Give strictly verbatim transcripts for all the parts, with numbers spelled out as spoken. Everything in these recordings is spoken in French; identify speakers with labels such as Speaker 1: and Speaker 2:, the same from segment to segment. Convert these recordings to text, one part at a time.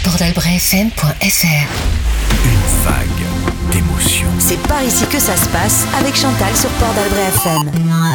Speaker 1: port d'albret f m point f r.
Speaker 2: Une vague d'émotions.
Speaker 3: C'est par ici que ça se passe avec Chantal sur Port d'Albret F M.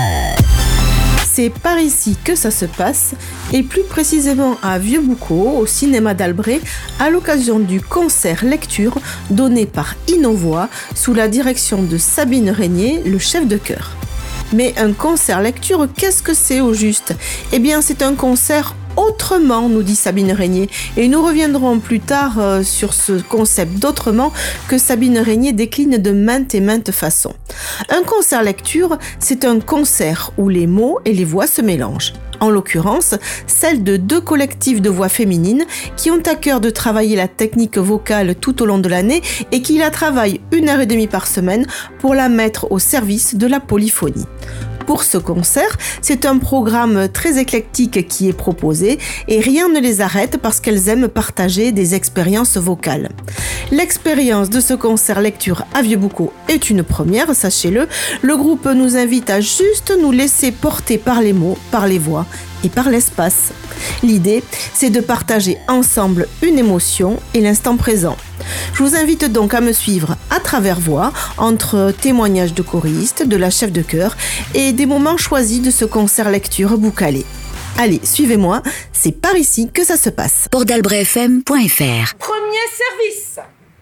Speaker 4: C'est par ici que ça se passe, et plus précisément à Vieux-Boucau, au cinéma d'Albret, à l'occasion du concert lecture donné par Innovoix sous la direction de Sabine Régnier, le chef de chœur. Mais un concert lecture, qu'est-ce que c'est au juste ? Eh bien, c'est un concert autrement, nous dit Sabine Régnier. Et nous reviendrons plus tard euh, sur ce concept d'autrement que Sabine Régnier décline de maintes et maintes façons. Un concert lecture, c'est un concert où les mots et les voix se mélangent. En l'occurrence, celle de deux collectifs de voix féminines qui ont à cœur de travailler la technique vocale tout au long de l'année et qui la travaillent une heure et demie par semaine pour la mettre au service de la polyphonie. Pour ce concert, c'est un programme très éclectique qui est proposé et rien ne les arrête parce qu'elles aiment partager des expériences vocales. L'expérience de ce concert lecture à Vieux-Boucau est une première, sachez-le. Le groupe nous invite à juste nous laisser porter par les mots, par les voix et par l'espace. L'idée, c'est de partager ensemble une émotion et l'instant présent. Je vous invite donc à me suivre à travers voix, entre témoignages de choristes, de la chef de chœur et des moments choisis de ce concert lecture boucalé. Allez, suivez-moi, c'est par ici que ça se passe.
Speaker 3: port d'albret f m point f r.
Speaker 5: Premier service.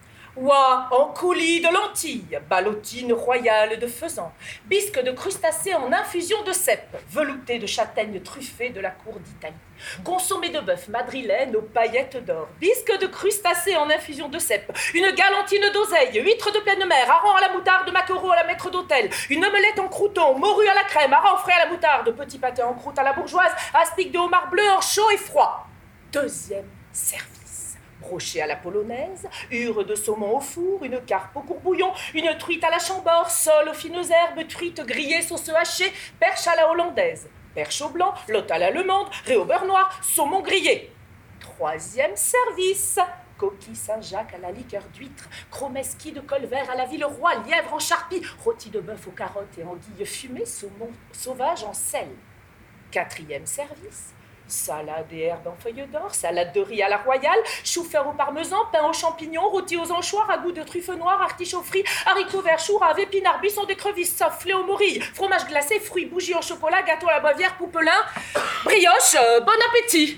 Speaker 5: Oie en coulis de lentilles, ballotine royale de faisan, bisque de crustacés en infusion de cèpe, velouté de châtaignes truffées de la cour d'Italie, consommé de bœuf madrilène aux paillettes d'or, bisque de crustacés en infusion de cèpe, une galantine d'oseille, huîtres de pleine mer, hareng à la moutarde, maquereau à la maître d'hôtel, une omelette en crouton, morue à la crème, hareng frais à la moutarde, petit pâté en croûte à la bourgeoise, aspic de homard bleu en chaud et froid. Deuxième service. Brochet à la polonaise, hure de saumon au four, une carpe au courbouillon, une truite à la chambord, sole aux fines herbes, truite grillée sauce hachée, perche à la hollandaise, perche au blanc, lotte à l'allemande, raie au beurre noir, saumon grillé. Troisième service. Coquille Saint-Jacques à la liqueur d'huître, chromeski de colvert à la Villeroy, lièvre en charpie, rôti de bœuf aux carottes et anguilles fumées, saumon sauvage en sel. Quatrième service. Salade et herbes en feuilles d'or, salade de riz à la royale, chou-fleur au parmesan, pain aux champignons, rôti aux anchois, ragoût de truffes noires, artichauts frits, haricots verts, choux, raves, épinards, buisson d'écrevisses, sauf, fléau morilles, fromage glacé, fruits, bougies au chocolat, gâteau à la bavière, poupelin, brioche, euh, bon appétit.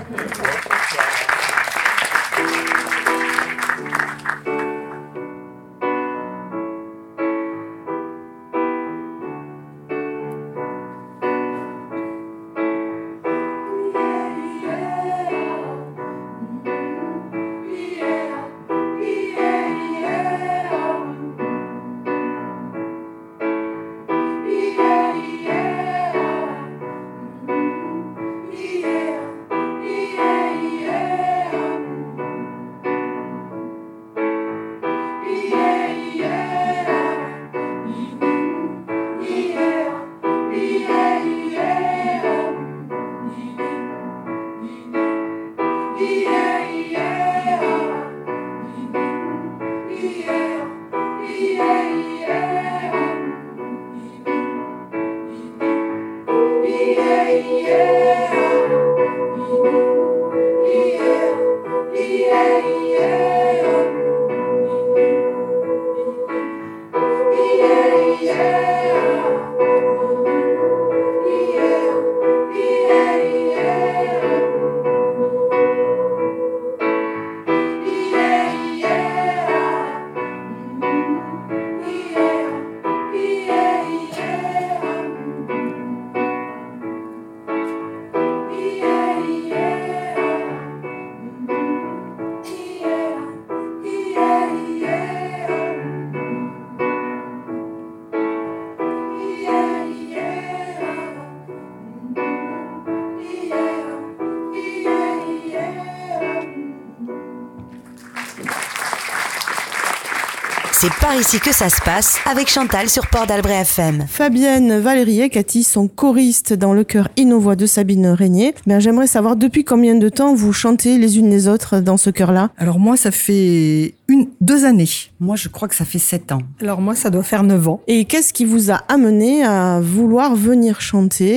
Speaker 3: C'est par ici que ça se passe avec Chantal sur Port d'Albret F M.
Speaker 4: Fabienne, Valérie et Cathy sont choristes dans le chœur Innovoix de Sabine Régnier. Ben, j'aimerais savoir depuis combien de temps vous chantez les unes les autres dans ce chœur-là ?
Speaker 6: Alors moi, ça fait une, deux années.
Speaker 7: Moi, je crois que ça fait sept ans.
Speaker 6: Alors moi, ça doit faire neuf ans.
Speaker 4: Et qu'est-ce qui vous a amené à vouloir venir chanter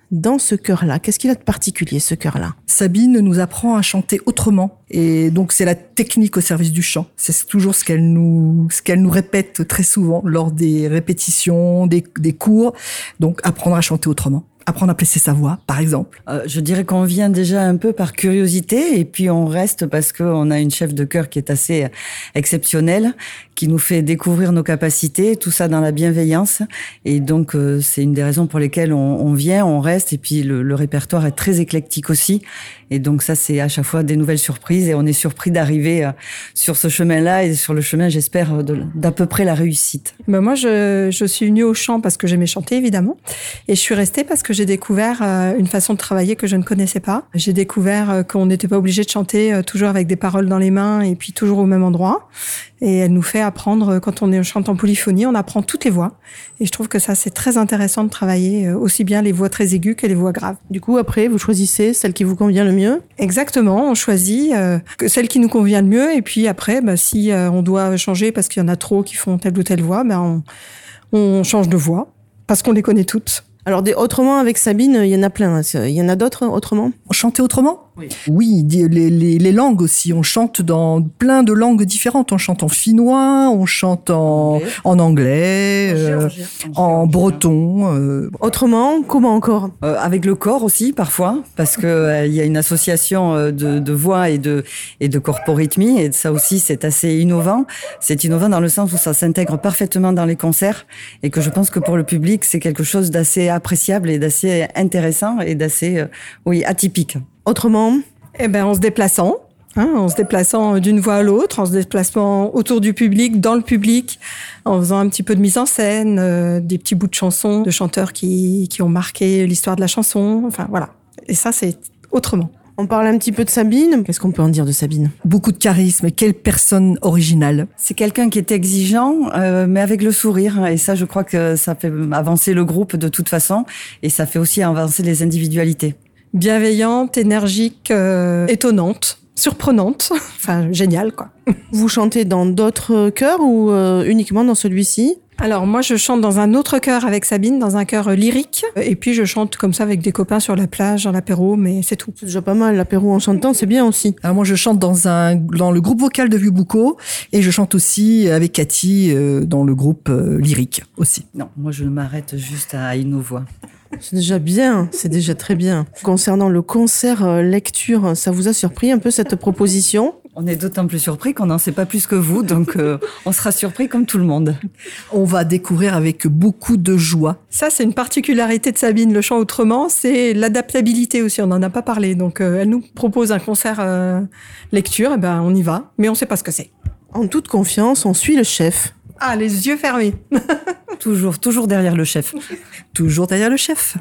Speaker 4: dans ce chœur-là? Qu'est-ce qu'il a de particulier, ce chœur-là?
Speaker 6: Sabine nous apprend à chanter autrement. Et donc, c'est la technique au service du chant. C'est toujours ce qu'elle nous, ce qu'elle nous répète très souvent lors des répétitions, des, des cours. Donc, apprendre à chanter autrement. Apprendre à placer sa voix, par exemple.
Speaker 7: Euh, je dirais qu'on vient déjà un peu par curiosité et puis on reste parce qu'on a une chef de chœur qui est assez exceptionnelle, qui nous fait découvrir nos capacités, tout ça dans la bienveillance. Et donc, euh, c'est une des raisons pour lesquelles on, on vient, on reste. Et puis, le, le répertoire est très éclectique aussi. Et donc, ça, c'est à chaque fois des nouvelles surprises. Et on est surpris d'arriver euh, sur ce chemin-là et sur le chemin, j'espère, de, d'à peu près la réussite.
Speaker 8: Ben moi, je, je suis venue au chant parce que j'aimais chanter, évidemment. Et je suis restée parce que j'ai découvert euh, une façon de travailler que je ne connaissais pas. J'ai découvert euh, qu'on n'était pas obligé de chanter euh, toujours avec des paroles dans les mains et puis toujours au même endroit. Et elle nous fait apprendre, quand on est chante en polyphonie, on apprend toutes les voix. Et je trouve que ça, c'est très intéressant de travailler euh, aussi bien les voix très aiguës que les voix graves.
Speaker 4: Du coup, après, vous choisissez celle qui vous convient le mieux?
Speaker 8: Exactement, on choisit euh, que celle qui nous convient le mieux. Et puis après, bah, si euh, on doit changer parce qu'il y en a trop qui font telle ou telle voix, ben on, on change de voix parce qu'on les connaît toutes.
Speaker 4: Alors, des autrement avec Sabine, il y en a plein. Il y en a d'autres autrement?
Speaker 6: Chanter autrement?
Speaker 4: Oui.
Speaker 6: Oui, les, les, les langues aussi. On chante dans plein de langues différentes. On chante en finnois, on chante en anglais, en, anglais, en, euh, en, en breton. Euh.
Speaker 4: Autrement, comment encore?
Speaker 7: euh, Avec le corps aussi, parfois, parce que euh, il y a une association de, de voix et de, et de corporythmie. Et ça aussi, c'est assez innovant. C'est innovant dans le sens où ça s'intègre parfaitement dans les concerts et que je pense que pour le public, c'est quelque chose d'assez appréciable et d'assez intéressant et d'assez, euh, oui, atypique.
Speaker 4: Autrement?
Speaker 8: Eh ben, en se déplaçant, hein, en se déplaçant d'une voix à l'autre, en se déplaçant autour du public, dans le public, en faisant un petit peu de mise en scène, euh, des petits bouts de chansons, de chanteurs qui, qui ont marqué l'histoire de la chanson. Enfin, voilà. Et ça, c'est autrement.
Speaker 4: On parle un petit peu de Sabine. Qu'est-ce qu'on peut en dire de Sabine?
Speaker 6: Beaucoup de charisme. Quelle personne originale.
Speaker 7: C'est quelqu'un qui est exigeant, euh, mais avec le sourire. Et ça, je crois que ça fait avancer le groupe de toute façon. Et ça fait aussi avancer les individualités.
Speaker 8: Bienveillante, énergique, euh, étonnante, surprenante. Enfin, géniale, quoi.
Speaker 4: Vous chantez dans d'autres chœurs ou euh, uniquement dans celui-ci?
Speaker 8: Alors moi, je chante dans un autre chœur avec Sabine, dans un chœur lyrique. Et puis je chante comme ça avec des copains sur la plage, dans l'apéro, mais c'est tout.
Speaker 4: C'est déjà pas mal, l'apéro en chantant, c'est bien aussi.
Speaker 6: Alors moi, je chante dans un dans le groupe vocal de Vieux-Boucau et je chante aussi avec Cathy euh, dans le groupe euh, lyrique aussi.
Speaker 7: Non, moi je m'arrête juste à une voix.
Speaker 4: C'est déjà bien, c'est déjà très bien. Concernant le concert euh, lecture, ça vous a surpris un peu cette proposition?
Speaker 7: On est d'autant plus surpris qu'on n'en sait pas plus que vous, donc euh, on sera surpris comme tout le monde.
Speaker 6: On va découvrir avec beaucoup de joie.
Speaker 8: Ça, c'est une particularité de Sabine, le chant autrement, c'est l'adaptabilité aussi, on n'en a pas parlé. Donc euh, elle nous propose un concert euh, lecture, et ben on y va, mais on ne sait pas ce que c'est.
Speaker 4: En toute confiance, on suit le chef.
Speaker 8: Ah, les yeux fermés.
Speaker 7: Toujours, toujours derrière le chef.
Speaker 6: Toujours derrière le chef.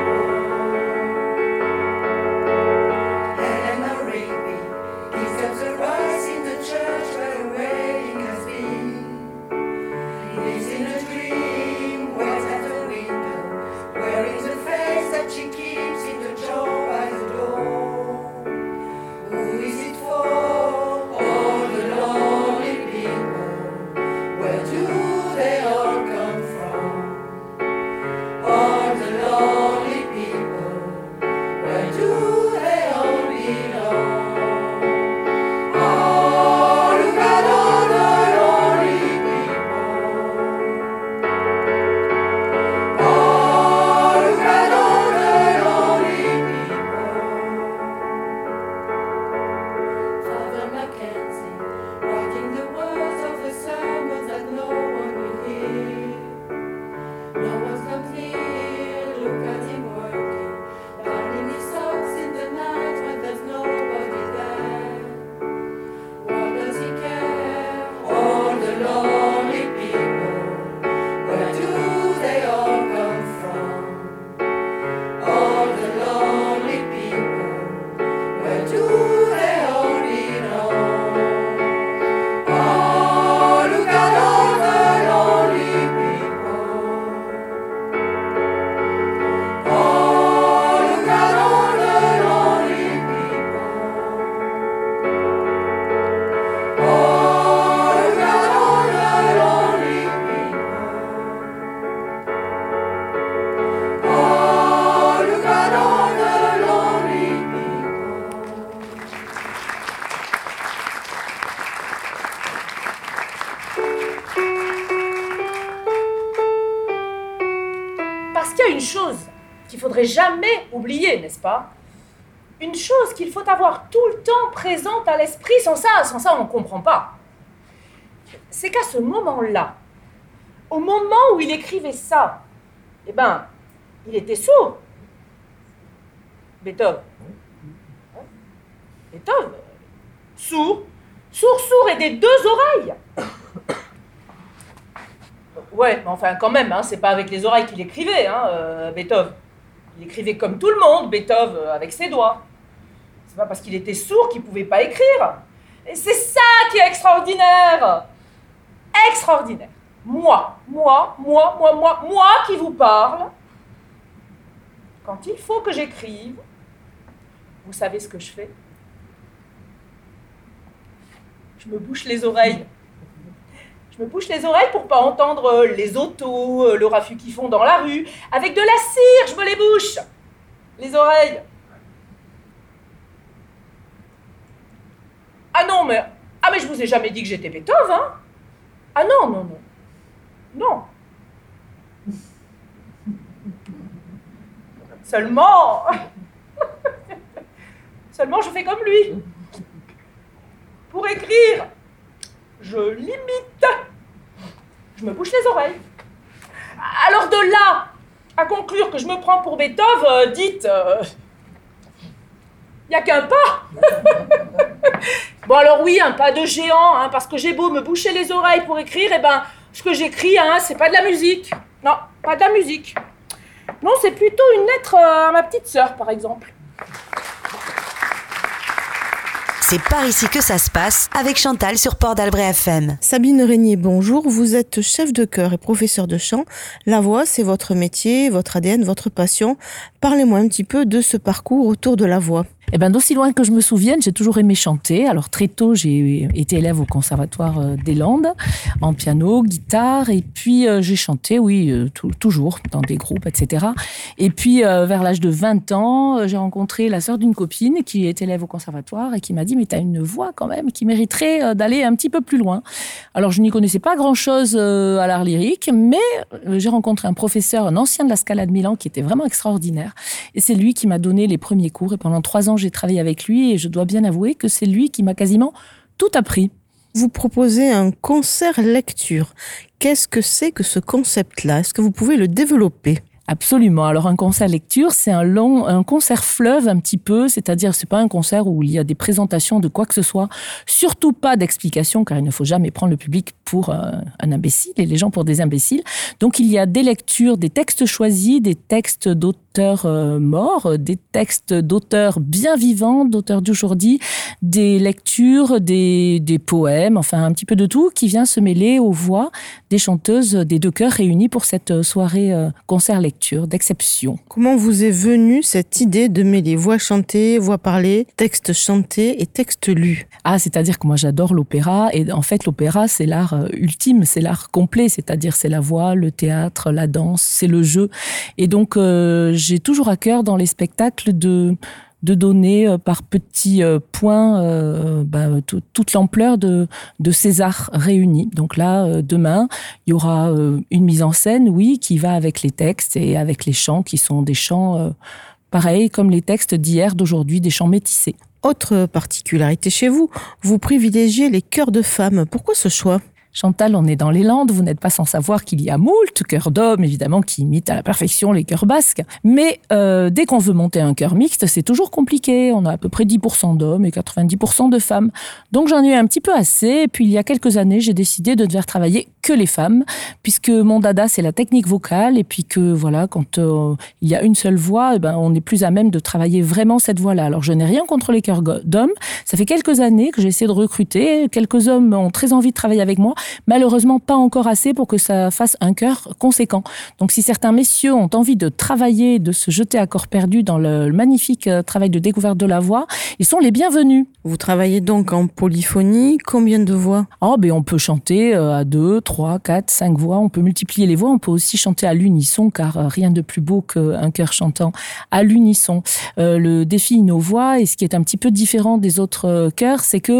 Speaker 9: He deserves
Speaker 5: y a une chose qu'il faudrait jamais oublier, n'est-ce pas? Une chose qu'il faut avoir tout le temps présente à l'esprit, sans ça, sans ça on ne comprend pas. C'est qu'à ce moment-là, au moment où il écrivait ça, eh ben, il était sourd. Beethoven. Beethoven. Sourd. Sourd, sourd et des deux oreilles. Ouais, mais enfin quand même, hein, c'est pas avec les oreilles qu'il écrivait, hein, euh, Beethoven. Il écrivait comme tout le monde, Beethoven, euh, avec ses doigts. C'est pas parce qu'il était sourd qu'il pouvait pas écrire. Et c'est ça qui est extraordinaire. Extraordinaire. Moi, moi, moi, moi, moi, moi qui vous parle, quand il faut que j'écrive, vous savez ce que je fais? Je me bouche les oreilles. Je me bouche les oreilles pour pas entendre les autos, le raffut qui font dans la rue. Avec de la cire, je me les bouche. Les oreilles. Ah non, mais... Ah mais je vous ai jamais dit que j'étais Beethoven, hein? Ah non, non, non. Non. Seulement... Seulement je fais comme lui. Pour écrire, je limite. Je me bouche les oreilles. Alors de là à conclure que je me prends pour Beethoven, euh, dites... Il euh, n'y a qu'un pas. Bon alors oui, un pas de géant, hein, parce que j'ai beau me boucher les oreilles pour écrire, et eh ben, ce que j'écris, hein, c'est pas de la musique. Non, pas de la musique. Non, c'est plutôt une lettre à ma petite sœur, par exemple.
Speaker 3: C'est par ici que ça se passe avec Chantal sur Port d'Albret F M.
Speaker 4: Sabine Régnier, bonjour. Vous êtes chef de chœur et professeur de chant. La voix, c'est votre métier, votre A D N, votre passion. Parlez-moi un petit peu de ce parcours autour de la voix.
Speaker 9: Eh ben, d'aussi loin que je me souvienne, j'ai toujours aimé chanter. Alors, très tôt, j'ai été élève au Conservatoire des Landes, en piano, guitare, et puis euh, j'ai chanté, oui, euh, tout, toujours, dans des groupes, et cetera. Et puis, euh, vers l'âge de vingt ans, euh, j'ai rencontré la sœur d'une copine qui est élève au Conservatoire et qui m'a dit « Mais t'as une voix quand même qui mériterait euh, d'aller un petit peu plus loin. » Alors, je n'y connaissais pas grand-chose euh, à l'art lyrique, mais euh, j'ai rencontré un professeur, un ancien de la Scala de Milan, qui était vraiment extraordinaire. Et c'est lui qui m'a donné les premiers cours. Et pendant trois ans, j'ai travaillé avec lui et je dois bien avouer que c'est lui qui m'a quasiment tout appris.
Speaker 4: Vous proposez un concert lecture. Qu'est-ce que c'est que ce concept-là? Est-ce que vous pouvez le développer?
Speaker 9: Absolument. Alors, un concert lecture, c'est un long, un concert fleuve un petit peu, c'est-à-dire c'est pas un concert où il y a des présentations de quoi que ce soit, surtout pas d'explications, car il ne faut jamais prendre le public pour euh, un imbécile et les gens pour des imbéciles. Donc, il y a des lectures, des textes choisis, des textes d'auteurs euh, morts, des textes d'auteurs bien vivants, d'auteurs d'aujourd'hui, des lectures, des, des poèmes, enfin un petit peu de tout qui vient se mêler aux voix des chanteuses des deux chœurs réunis pour cette soirée euh, concert lecture d'exception.
Speaker 4: Comment vous est venue cette idée de mêler voix chantée, voix parlée, texte chanté et texte lu?
Speaker 9: Ah, c'est-à-dire que moi j'adore l'opéra et en fait l'opéra c'est l'art ultime, c'est l'art complet, c'est-à-dire c'est la voix, le théâtre, la danse, c'est le jeu. Et donc euh, j'ai toujours à cœur dans les spectacles de de donner euh, par petits euh, points euh, bah, tout, toute l'ampleur de, de ces arts réunis. Donc là, euh, demain, il y aura euh, une mise en scène, oui, qui va avec les textes et avec les chants, qui sont des chants euh, pareils comme les textes d'hier, d'aujourd'hui, des chants métissés.
Speaker 4: Autre particularité chez vous, vous privilégiez les chœurs de femmes. Pourquoi ce choix ?
Speaker 9: Chantal, on est dans les Landes, vous n'êtes pas sans savoir qu'il y a moult chœurs d'hommes, évidemment, qui imitent à la perfection les chœurs basques. Mais euh, dès qu'on veut monter un chœur mixte, c'est toujours compliqué. On a à peu près dix pour cent d'hommes et quatre-vingt-dix pour cent de femmes. Donc j'en ai eu un petit peu assez. Et puis il y a quelques années, j'ai décidé de ne faire travailler que les femmes, puisque mon dada, c'est la technique vocale. Et puis que, voilà, quand euh, il y a une seule voix, eh ben, on est plus à même de travailler vraiment cette voix-là. Alors je n'ai rien contre les chœurs d'hommes. Ça fait quelques années que j'ai essayé de recruter. Quelques hommes ont très envie de travailler avec moi. Malheureusement, pas encore assez pour que ça fasse un chœur conséquent. Donc, si certains messieurs ont envie de travailler, de se jeter à corps perdu dans le magnifique travail de découverte de la voix, ils sont les bienvenus.
Speaker 4: Vous travaillez donc en polyphonie. Combien de voix ?
Speaker 9: Oh, ben, on peut chanter à deux, trois, quatre, cinq voix. On peut multiplier les voix. On peut aussi chanter à l'unisson, car rien de plus beau qu'un chœur chantant à l'unisson. Euh, le défi Innovoix, et ce qui est un petit peu différent des autres chœurs, c'est que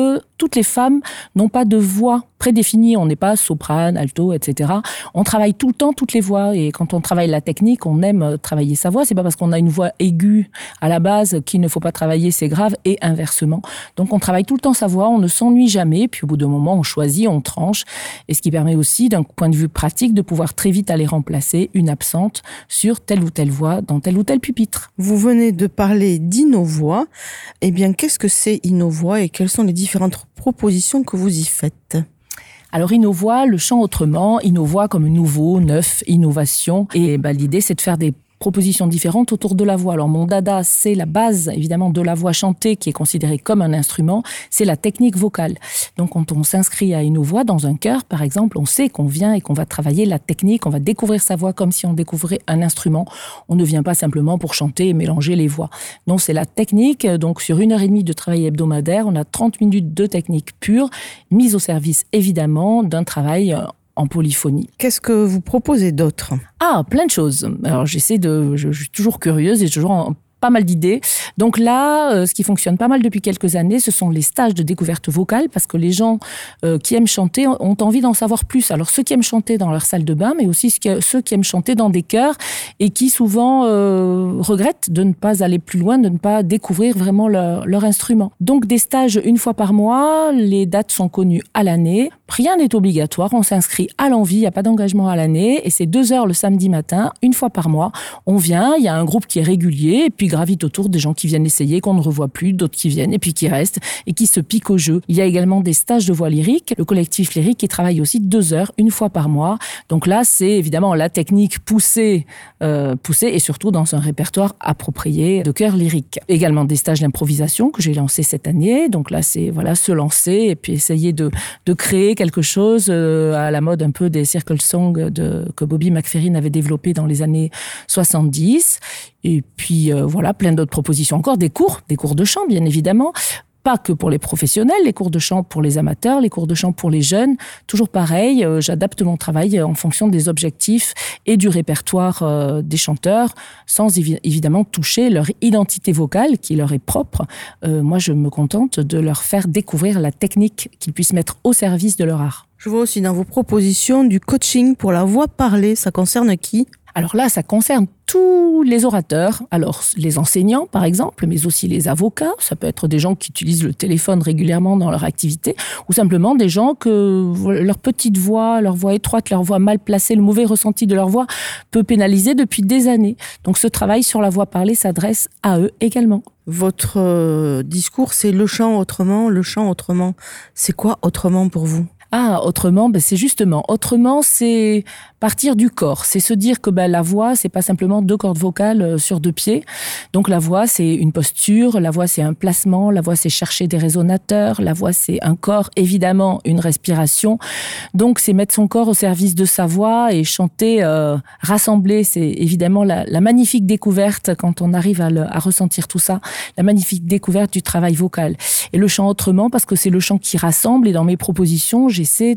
Speaker 9: toutes les femmes n'ont pas de voix prédéfinie. On n'est pas soprane, alto, et cetera. On travaille tout le temps toutes les voix. Et quand on travaille la technique, on aime travailler sa voix. C'est pas parce qu'on a une voix aiguë à la base qu'il ne faut pas travailler ses graves et inversement. Donc on travaille tout le temps sa voix, on ne s'ennuie jamais. Puis au bout d'un moment, on choisit, on tranche. Et ce qui permet aussi, d'un point de vue pratique, de pouvoir très vite aller remplacer une absente sur telle ou telle voix dans tel ou tel pupitre.
Speaker 4: Vous venez de parler d'Innovoix. Eh bien, qu'est-ce que c'est Innovoix et quelles sont les différentes propositions que vous y faites ?
Speaker 9: Alors Innovoix, le chant autrement, Innovoix comme nouveau, neuf, innovation. Et ben, l'idée, c'est de faire des propositions différentes autour de la voix. Alors mon dada, c'est la base évidemment de la voix chantée qui est considérée comme un instrument, c'est la technique vocale. Donc quand on s'inscrit à Innovoix dans un chœur par exemple, on sait qu'on vient et qu'on va travailler la technique, on va découvrir sa voix comme si on découvrait un instrument. On ne vient pas simplement pour chanter et mélanger les voix. Non, c'est la technique. Donc sur une heure et demie de travail hebdomadaire, on a trente minutes de technique pure, mise au service évidemment d'un travail en polyphonie.
Speaker 4: Qu'est-ce que vous proposez d'autre ?
Speaker 9: Ah, plein de choses. Alors j'essaie de, je, je suis toujours curieuse et toujours en, pas mal d'idées. Donc là, euh, ce qui fonctionne pas mal depuis quelques années, ce sont les stages de découverte vocale, parce que les gens euh, qui aiment chanter ont envie d'en savoir plus. Alors ceux qui aiment chanter dans leur salle de bain, mais aussi ceux qui aiment chanter dans des chœurs et qui souvent euh, regrettent de ne pas aller plus loin, de ne pas découvrir vraiment leur, leur instrument. Donc des stages une fois par mois, les dates sont connues à l'année. Rien n'est obligatoire, on s'inscrit à l'envie, il n'y a pas d'engagement à l'année, et c'est deux heures le samedi matin, une fois par mois. On vient, il y a un groupe qui est régulier, et puis gravite autour des gens qui viennent essayer, qu'on ne revoit plus, d'autres qui viennent, et puis qui restent, et qui se piquent au jeu. Il y a également des stages de voix lyrique, le collectif lyrique qui travaille aussi deux heures, une fois par mois. Donc là, c'est évidemment la technique poussée, euh, poussée, et surtout dans un répertoire approprié de chœur lyrique. Également des stages d'improvisation que j'ai lancés cette année, donc là, c'est voilà, se lancer, et puis essayer de, de créer quelque chose euh, à la mode un peu des circle songs de, que Bobby McFerrin avait développé dans les années soixante-dix. Et puis euh, voilà, plein d'autres propositions encore, des cours, des cours de chant bien évidemment. Pas que pour les professionnels, les cours de chant pour les amateurs, les cours de chant pour les jeunes. Toujours pareil, euh, j'adapte mon travail en fonction des objectifs et du répertoire euh, des chanteurs, sans évi- évidemment toucher leur identité vocale qui leur est propre. Euh, moi, je me contente de leur faire découvrir la technique qu'ils puissent mettre au service de leur art.
Speaker 4: Je vois aussi dans vos propositions du coaching pour la voix parlée. Ça concerne qui ?
Speaker 9: Alors là, ça concerne tous les orateurs. Alors, les enseignants, par exemple, mais aussi les avocats. Ça peut être des gens qui utilisent le téléphone régulièrement dans leur activité, ou simplement des gens que leur petite voix, leur voix étroite, leur voix mal placée, le mauvais ressenti de leur voix peut pénaliser depuis des années. Donc, ce travail sur la voix parlée s'adresse à eux également.
Speaker 4: Votre euh, discours, c'est le chant autrement, le chant autrement. C'est quoi autrement pour vous ?
Speaker 9: Ah, autrement, ben c'est justement, autrement, c'est partir du corps. C'est se dire que ben, la voix, c'est pas simplement deux cordes vocales sur deux pieds. Donc la voix, c'est une posture, la voix, c'est un placement, la voix, c'est chercher des résonateurs, la voix, c'est un corps, évidemment, une respiration. Donc c'est mettre son corps au service de sa voix et chanter, euh, rassembler. C'est évidemment la, la magnifique découverte, quand on arrive à, le, à ressentir tout ça, la magnifique découverte du travail vocal. Et le chant autrement, parce que c'est le chant qui rassemble, et dans mes propositions, j'ai J'essaie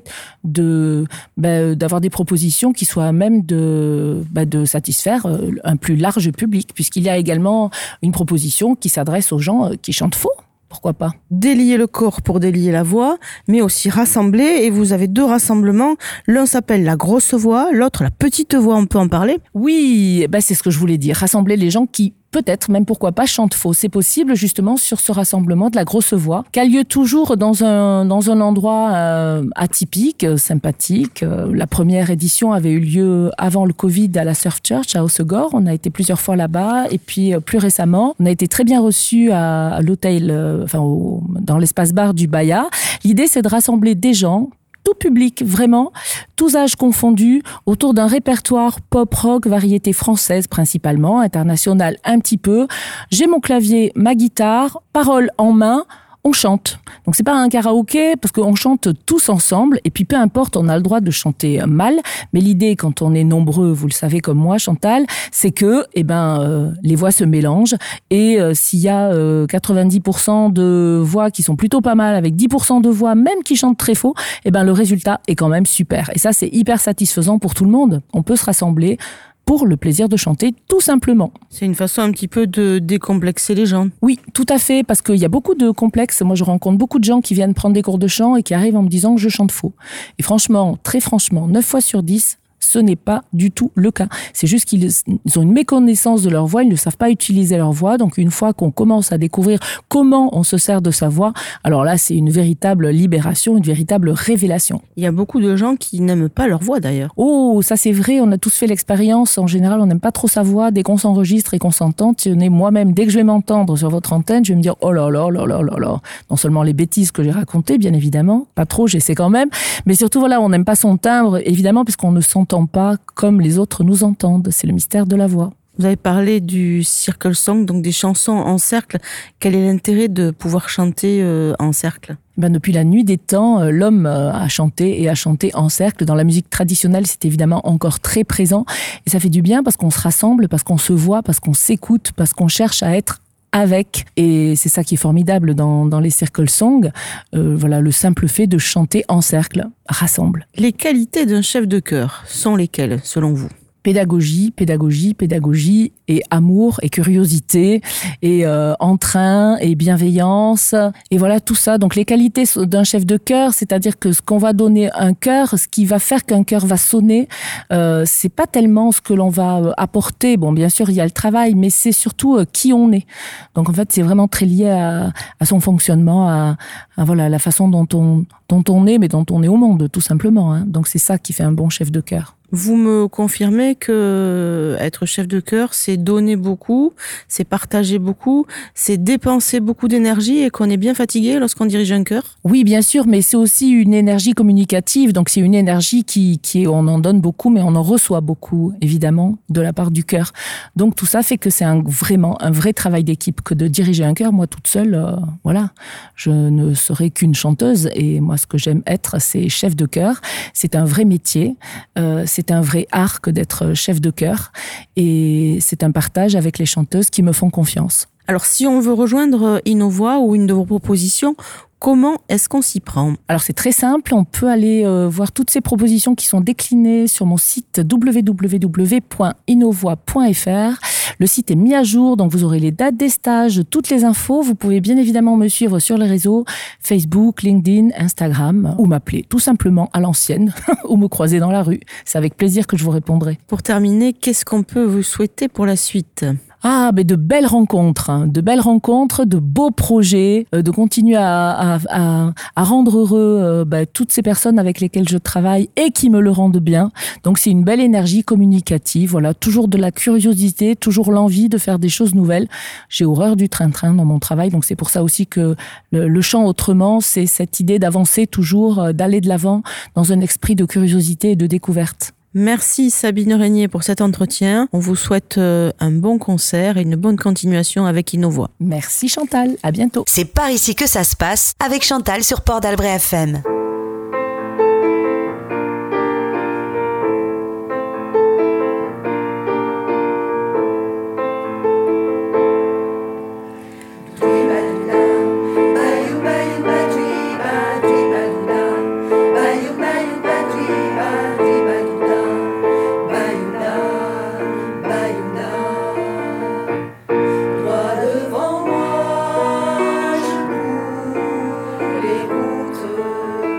Speaker 9: de, bah, d'avoir des propositions qui soient à même de, bah, de satisfaire un plus large public, puisqu'il y a également une proposition qui s'adresse aux gens qui chantent faux. Pourquoi pas ?
Speaker 4: Délier le corps pour délier la voix, mais aussi rassembler, et vous avez deux rassemblements. L'un s'appelle la grosse voix, l'autre la petite voix, on peut en parler ?
Speaker 9: Oui, bah, c'est ce que je voulais dire. Rassembler les gens qui peut-être, même pourquoi pas, chante faux. C'est possible justement sur ce rassemblement de la grosse voix, qui a lieu toujours dans un, dans un endroit euh, atypique, euh, sympathique. Euh, la première édition avait eu lieu avant le Covid à la Surf Church à Hossegor. On a été plusieurs fois là-bas. Et puis euh, plus récemment, on a été très bien reçus à, à l'hôtel, euh, enfin au, dans l'espace bar du Baya. L'idée, c'est de rassembler des gens, tout public, vraiment, tous âges confondus, autour d'un répertoire pop-rock, variété française principalement, internationale un petit peu. J'ai mon clavier, ma guitare, paroles en main, on chante. Donc c'est pas un karaoké, parce qu'on chante tous ensemble, et puis peu importe, on a le droit de chanter mal, mais l'idée, quand on est nombreux, vous le savez comme moi, Chantal, c'est que eh ben, euh, les voix se mélangent, et euh, s'il y a euh, quatre-vingt-dix pour cent de voix qui sont plutôt pas mal, avec dix pour cent de voix même qui chantent très faux, eh ben, le résultat est quand même super. Et ça, c'est hyper satisfaisant pour tout le monde. On peut se rassembler pour le plaisir de chanter, tout simplement.
Speaker 4: C'est une façon un petit peu de décomplexer les gens.
Speaker 9: Oui, tout à fait, parce qu'il y a beaucoup de complexes. Moi, je rencontre beaucoup de gens qui viennent prendre des cours de chant et qui arrivent en me disant que je chante faux. Et franchement, très franchement, neuf fois sur dix, ce n'est pas du tout le cas. C'est juste qu'ils ils ont une méconnaissance de leur voix, ils ne savent pas utiliser leur voix. Donc une fois qu'on commence à découvrir comment on se sert de sa voix, alors là c'est une véritable libération, une véritable révélation.
Speaker 4: Il y a beaucoup de gens qui n'aiment pas leur voix d'ailleurs.
Speaker 9: Oh, ça c'est vrai, on a tous fait l'expérience. En général, on n'aime pas trop sa voix. Dès qu'on s'enregistre et qu'on s'entend, tenez, moi-même, dès que je vais m'entendre sur votre antenne, je vais me dire oh là là là là là là. Non seulement les bêtises que j'ai racontées, bien évidemment, pas trop, j'essaie quand même, mais surtout voilà, on n'aime pas son timbre, évidemment, puisqu'on ne s'entend pas comme les autres nous entendent. C'est le mystère de la voix.
Speaker 4: Vous avez parlé du circle song, donc des chansons en cercle. Quel est l'intérêt de pouvoir chanter euh, en cercle ?
Speaker 9: Ben, depuis la nuit des temps, euh, l'homme euh, a chanté et a chanté en cercle. Dans la musique traditionnelle, c'est évidemment encore très présent. Et ça fait du bien parce qu'on se rassemble, parce qu'on se voit, parce qu'on s'écoute, parce qu'on cherche à être avec. Et c'est ça qui est formidable dans, dans les circle songs. Euh, voilà, le simple fait de chanter en cercle rassemble.
Speaker 4: Les qualités d'un chef de chœur sont lesquelles, selon vous ?
Speaker 9: Pédagogie, pédagogie, pédagogie et amour et curiosité et euh, entrain et bienveillance et voilà tout ça. Donc les qualités d'un chef de chœur, c'est-à-dire que ce qu'on va donner à un chœur, ce qui va faire qu'un chœur va sonner, euh, c'est pas tellement ce que l'on va apporter. Bon, bien sûr il y a le travail, mais c'est surtout euh, qui on est. Donc en fait c'est vraiment très lié à, à son fonctionnement, à, à voilà la façon dont on dont on est, mais dont on est au monde tout simplement. Hein. Donc c'est ça qui fait un bon chef de chœur.
Speaker 4: Vous me confirmez que être chef de chœur, c'est donner beaucoup, c'est partager beaucoup, c'est dépenser beaucoup d'énergie et qu'on est bien fatigué lorsqu'on dirige un chœur ?
Speaker 9: Oui, bien sûr, mais c'est aussi une énergie communicative. Donc c'est une énergie qui, qui est, on en donne beaucoup, mais on en reçoit beaucoup, évidemment, de la part du chœur. Donc tout ça fait que c'est un, vraiment un vrai travail d'équipe que de diriger un chœur. Moi, toute seule, euh, voilà, je ne serai qu'une chanteuse. Et moi, ce que j'aime être, c'est chef de chœur. C'est un vrai métier. Euh, c'est un vrai art que d'être chef de chœur et c'est un partage avec les chanteuses qui me font confiance.
Speaker 4: Alors si on veut rejoindre Innovoix ou une de vos propositions, comment est-ce qu'on s'y prend ?
Speaker 9: Alors c'est très simple, on peut aller euh, voir toutes ces propositions qui sont déclinées sur mon site w w w point innovoix point f r. Le site est mis à jour, donc vous aurez les dates des stages, toutes les infos. Vous pouvez bien évidemment me suivre sur les réseaux Facebook, LinkedIn, Instagram ou m'appeler tout simplement à l'ancienne ou me croiser dans la rue. C'est avec plaisir que je vous répondrai.
Speaker 4: Pour terminer, qu'est-ce qu'on peut vous souhaiter pour la suite ?
Speaker 9: Ah, mais de belles rencontres, hein, de belles rencontres, de beaux projets, euh, de continuer à, à, à, à rendre heureux euh, bah, toutes ces personnes avec lesquelles je travaille et qui me le rendent bien. Donc c'est une belle énergie communicative, voilà, toujours de la curiosité, toujours l'envie de faire des choses nouvelles. J'ai horreur du train-train dans mon travail, donc c'est pour ça aussi que le, le chant autrement, c'est cette idée d'avancer toujours, euh, d'aller de l'avant dans un esprit de curiosité et de découverte.
Speaker 4: Merci Sabine Régnier pour cet entretien. On vous souhaite un bon concert et une bonne continuation avec Innovoix.
Speaker 9: Merci Chantal, à bientôt.
Speaker 3: C'est par ici que ça se passe avec Chantal sur Port d'Albret F M.
Speaker 10: Les routes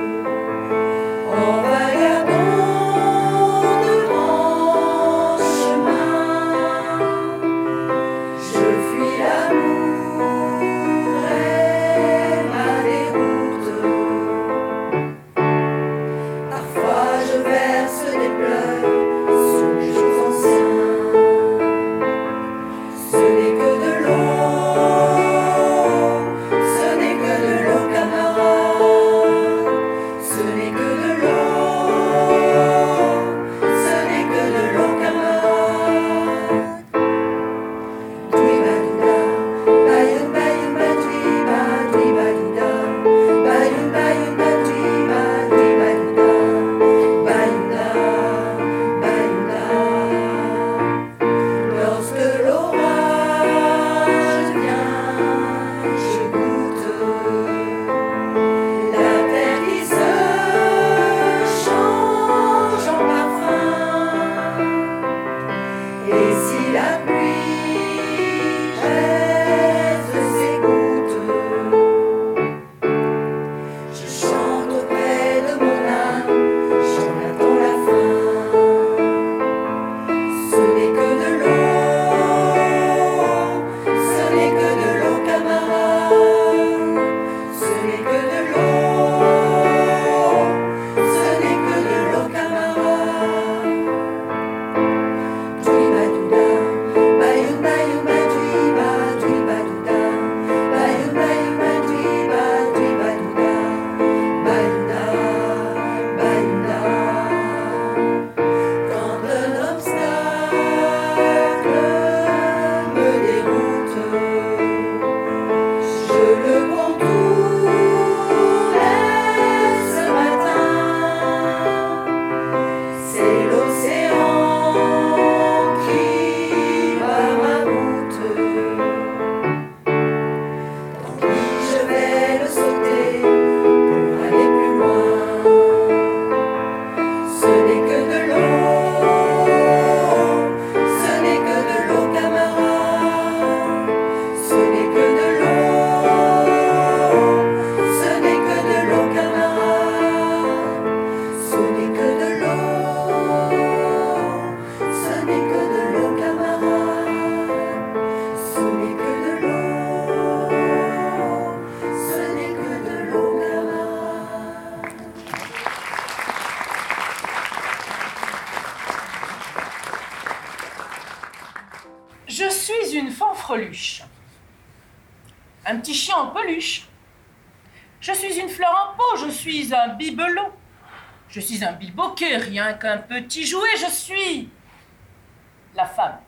Speaker 5: Je suis une fanfreluche. Un petit chien en peluche. Je suis une fleur en pot, je suis un bibelot. Je suis un bilboquet, rien qu'un petit jouet, je suis la femme.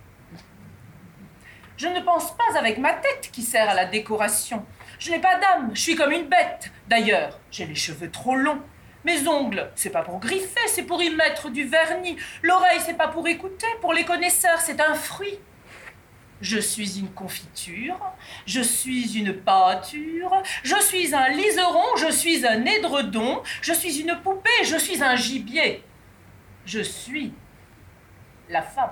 Speaker 5: Je ne pense pas avec ma tête qui sert à la décoration. Je n'ai pas d'âme, je suis comme une bête. D'ailleurs, j'ai les cheveux trop longs. Mes ongles, c'est pas pour griffer, c'est pour y mettre du vernis. L'oreille, c'est pas pour écouter, pour les connaisseurs, c'est un fruit. Je suis une confiture, je suis une pâture, je suis un liseron, je suis un édredon, je suis une poupée, je suis un gibier. Je suis la femme.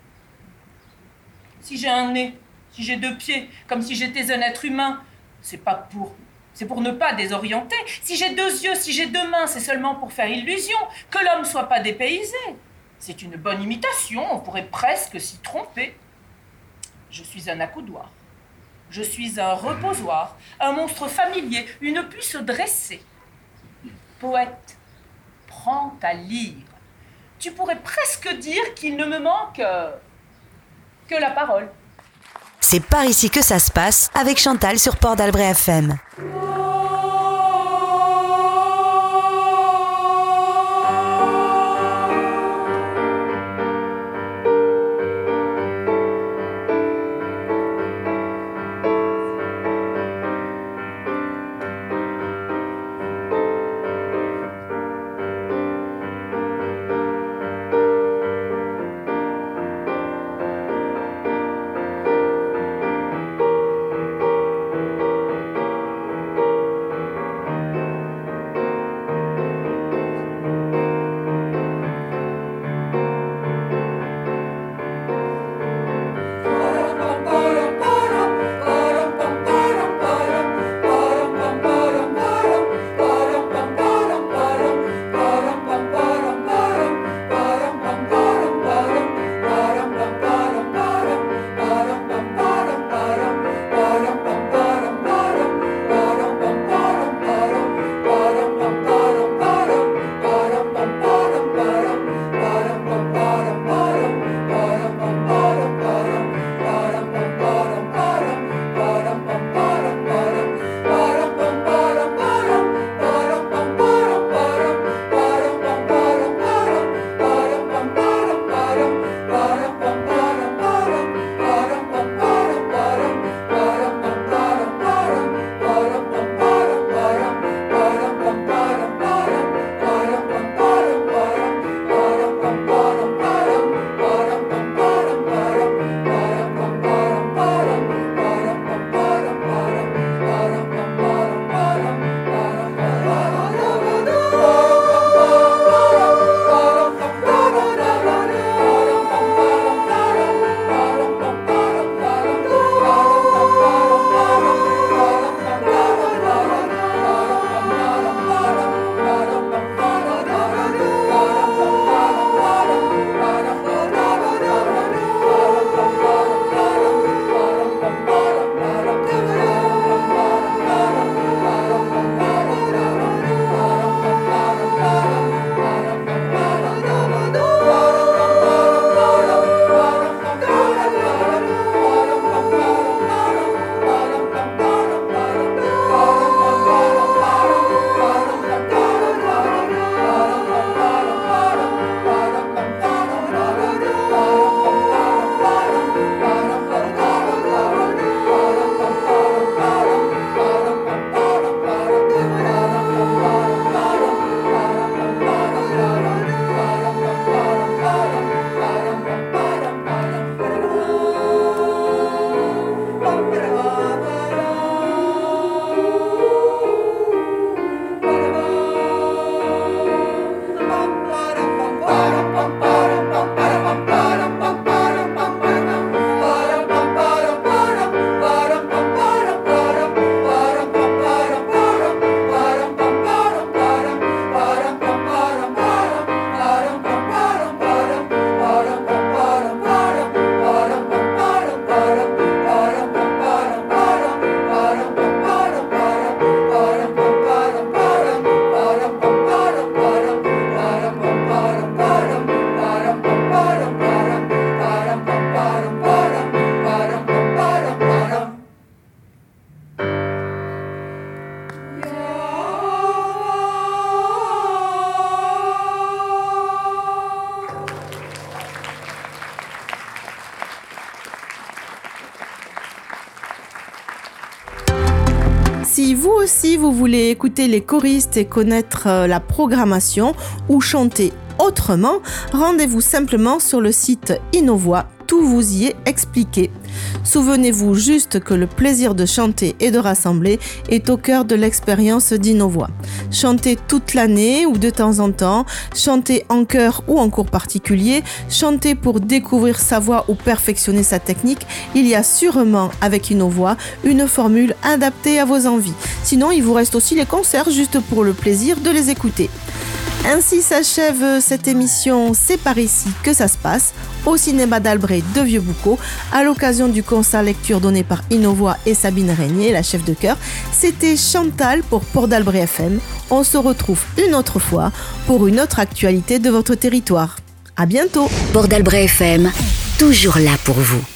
Speaker 5: Si j'ai un nez, si j'ai deux pieds, comme si j'étais un être humain, c'est pas pour... C'est pour ne pas désorienter. Si j'ai deux yeux, si j'ai deux mains, c'est seulement pour faire illusion, que l'homme soit pas dépaysé. C'est une bonne imitation, on pourrait presque s'y tromper. Je suis un accoudoir. Je suis un reposoir, un monstre familier, une puce dressée. Poète, prends à lire. Tu pourrais presque dire qu'il ne me manque euh, que la parole.
Speaker 3: C'est par ici que ça se passe avec Chantal sur Port d'Albret F M.
Speaker 4: Vous aussi, vous voulez écouter les choristes et connaître la programmation ou chanter autrement, rendez-vous simplement sur le site Innovoix, tout vous y est expliqué. Souvenez-vous juste que le plaisir de chanter et de rassembler est au cœur de l'expérience d'Innovoix. Chanter toute l'année ou de temps en temps, chanter en chœur ou en cours particulier, chanter pour découvrir sa voix ou perfectionner sa technique, il y a sûrement avec Innovoix une formule adaptée à vos envies. Sinon, il vous reste aussi les concerts juste pour le plaisir de les écouter. Ainsi s'achève cette émission C'est par ici que ça se passe, au cinéma d'Albret de Vieux-Boucau, à l'occasion du concert lecture donné par Innovoix et Sabine Régnier, la chef de chœur. C'était Chantal pour Port d'Albret F M. On se retrouve une autre fois pour une autre actualité de votre territoire. À bientôt.
Speaker 3: Port d'Albret F M, toujours là pour vous.